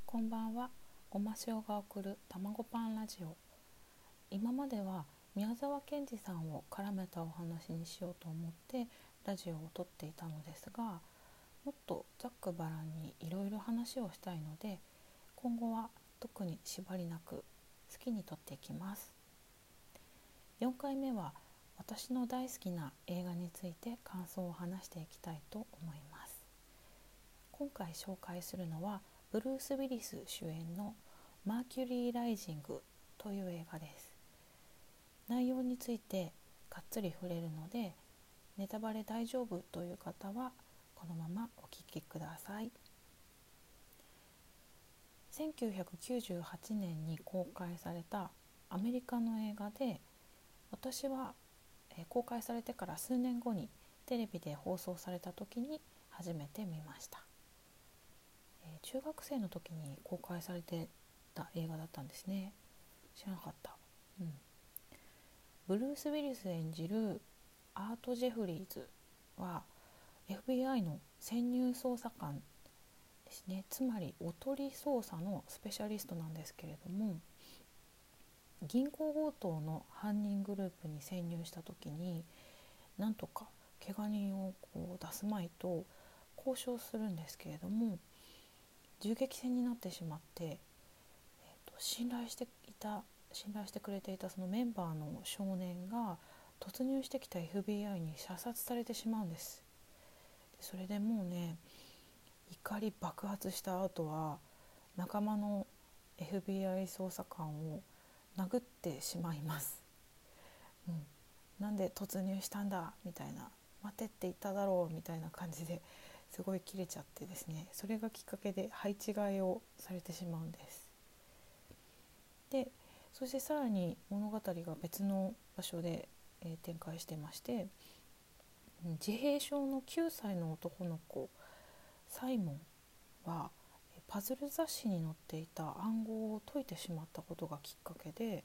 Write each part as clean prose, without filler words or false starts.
こんばんは。ごま塩が送るたまごパンラジオ。今までは宮沢賢治さんを絡めたお話にしようと思ってラジオを撮っていたのですが、もっとざっくばらんにいろいろ話をしたいので、今後は特に縛りなく好きに撮っていきます。4回目は私の大好きな映画について感想を話していきたいと思います。今回紹介するのはブルース・ウィリス主演のマーキュリー・ライジングという映画です。内容についてがっつり触れるので、ネタバレ大丈夫という方はこのままお聞きください。1998年に公開されたアメリカの映画で、私は公開されてから数年後にテレビで放送された時に初めて見ました。中学生の時に公開されてた映画だったんですね。知らなかった。ブルース・ウィリス演じるアート・ジェフリーズは FBI の潜入捜査官ですね。つまりおとり捜査のスペシャリストなんですけれども、銀行強盗の犯人グループに潜入した時に、なんとか怪我人を出すまいと交渉するんですけれども、銃撃戦になってしまって、信頼してくれていたそのメンバーの少年が突入してきた FBI に射殺されてしまうんです。それでもうね、怒り爆発した後は仲間の FBI 捜査官を殴ってしまいます。なんで突入したんだみたいな、待てって言っただろうみたいな感じですごい切れちゃってですね、それがきっかけで配置換えをされてしまうんです。でそしてさらに物語が別の場所で、展開してまして、自閉症の9歳の男の子サイモンはパズル雑誌に載っていた暗号を解いてしまったことがきっかけで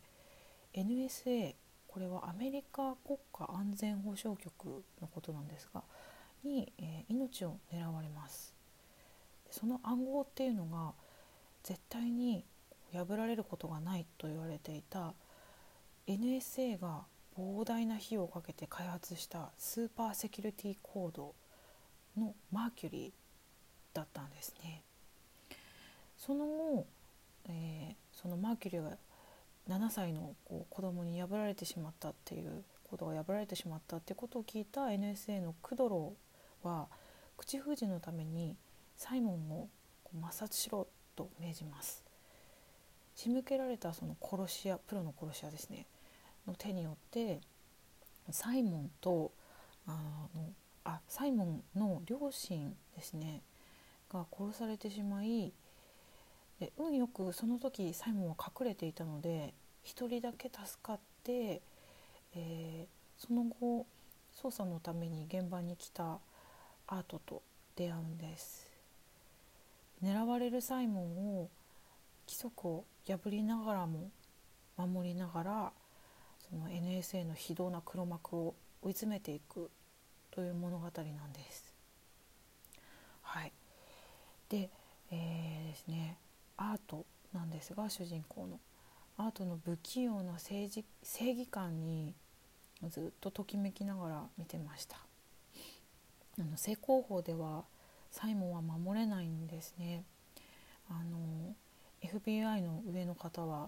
NSA、 これはアメリカ国家安全保障局のことなんですがに、命を狙われます。その暗号っていうのが絶対に破られることがないと言われていた NSA が膨大な費用をかけて開発したスーパーセキュリティコードのマーキュリーだったんですね。その後、そのマーキュリーが7歳の子供に破られてしまったっていうことが破られてしまったっていうことを聞いた NSA のクドロは口封じのためにサイモンを抹殺しろと命じます。仕向けられたその殺し屋、プロの殺し屋ですねの手によってサイモンとサイモンの両親ですねが殺されてしまい、で運よくその時サイモンは隠れていたので一人だけ助かって、その後捜査のために現場に来たアートと出会うんです。狙われるサイモンを規則を破りながらも守りながら、その NSA の非道な黒幕を追い詰めていくという物語なんです。はい。で、ですね、アートなんですが、主人公のアートの不器用な正義感にずっとときめきながら見てました。正攻法ではサイモンは守れないんですね。FBI の上の方は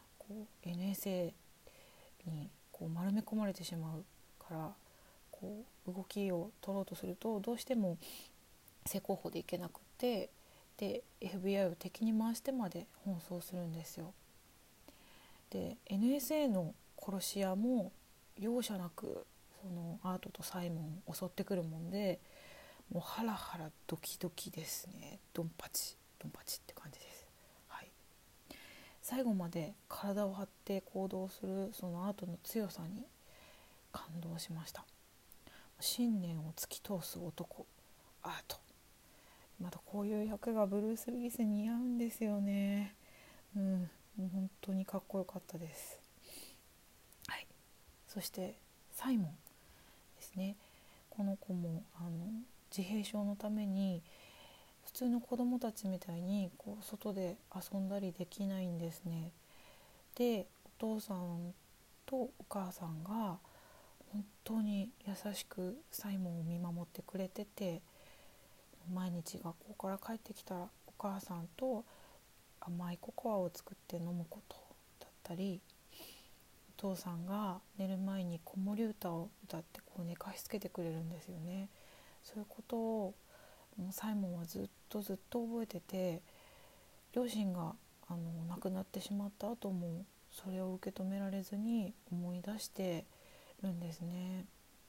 NSA に丸め込まれてしまうから動きを取ろうとするとどうしても正攻法でいけなくて、で FBI を敵に回してまで奔走するんですよ。で NSA の殺し屋も容赦なくそのアートとサイモンを襲ってくるもんで、もうハラハラドキドキですね。ドンパチドンパチって感じです。はい。最後まで体を張って行動するそのアートの強さに感動しました。信念を突き通す男アート、またこういう役がブルース・ウィリスに似合うんですよね。もう本当にかっこよかったです。はい。そしてサイモンですね。この子も自閉症のために普通の子供たちみたいにこう外で遊んだりできないんですね。でお父さんとお母さんが本当に優しくサイモンを見守ってくれてて、毎日学校から帰ってきたらお母さんと甘いココアを作って飲むことだったり、お父さんが寝る前に子守歌を歌ってこう寝かしつけてくれるんですよね。そういうことをもうサイモンはずっと覚えてて、両親が亡くなってしまった後もそれを受け止められずに思い出してるんですね。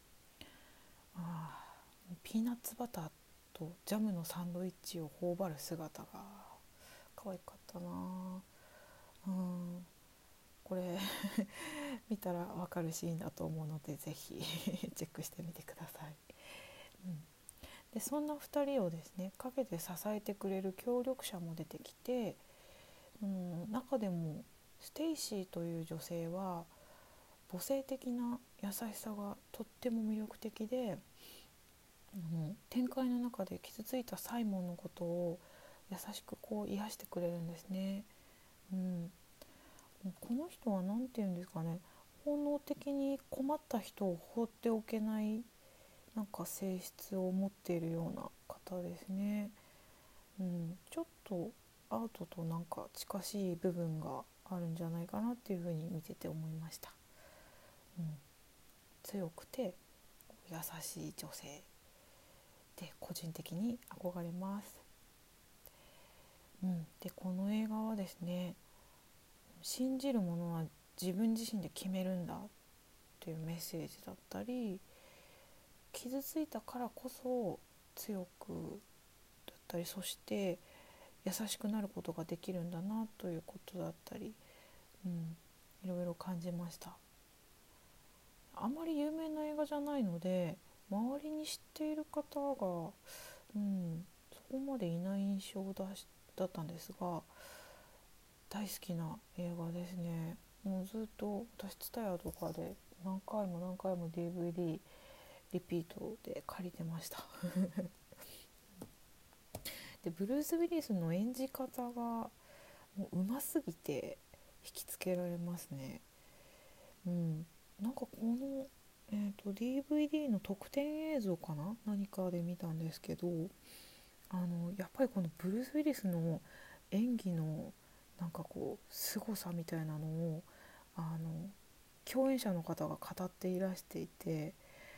ピーナッツバターとジャムのサンドイッチを頬張る姿が可愛かったな。これ見たらわかるシーンだと思うのでぜひチェックしてみてください。でそんな2人をですね陰で支えてくれる協力者も出てきて、中でもステイシーという女性は母性的な優しさがとっても魅力的で、展開の中で傷ついたサイモンのことを優しくこう癒してくれるんですね。この人は何て言うんですかね、本能的に困った人を放っておけないなんか性質を持っているような方ですね。ちょっとアートとなんか近しい部分があるんじゃないかなっていうふうに見てて思いました。強くて優しい女性で個人的に憧れます。でこの映画はですね、信じるものは自分自身で決めるんだっていうメッセージだったり、傷ついたからこそ強くだったり、そして優しくなることができるんだなということだったり、いろいろ感じました。あまり有名な映画じゃないので周りに知っている方が、そこまでいない印象だったんですが、大好きな映画ですね。もうずっと私TSUTAYAとかで何回も DVD リピートで借りてましたでブルース・ウィリスの演じ方がもうますぎて引きつけられますね。なんかこの、DVD の特典映像かな何かで見たんですけど、やっぱりこのブルース・ウィリスの演技のなんかこう凄さみたいなのを共演者の方が語っていらしていて、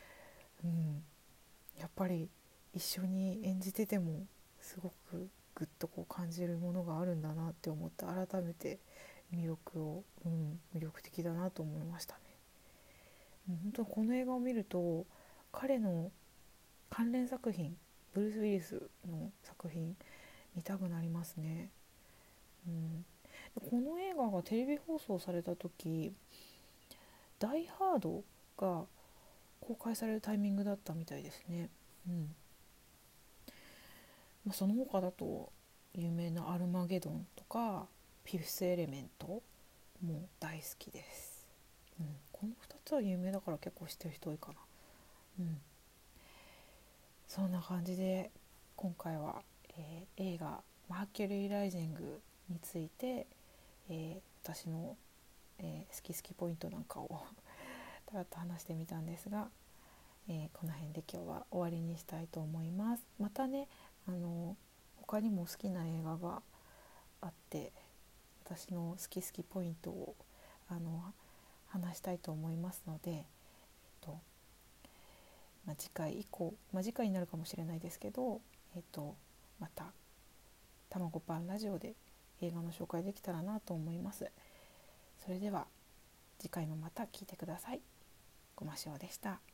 やっぱり一緒に演じててもすごくグッとこう感じるものがあるんだなって思って、改めて魅力的だなと思いましたね。本当にこの映画を見ると彼の関連作品、ブルース・ウィリスの作品見たくなりますね。この映画がテレビ放送された時、ダイ・ハードが公開されるタイミングだったみたいですね。その他だと有名なアルマゲドンとかフィフスエレメントも大好きです。この2つは有名だから結構知ってる人多いかな。そんな感じで今回は、映画マーキュリー・ライジングについて、私の、好きポイントなんかをたらっと話してみたんですが、この辺で今日は終わりにしたいと思います。またね、他にも好きな映画があって私の好きポイントを話したいと思いますので、次回以降、次回になるかもしれないですけど、またたまごパンラジオで映画の紹介できたらなと思います。それでは次回もまた聞いてください。ごましおでした。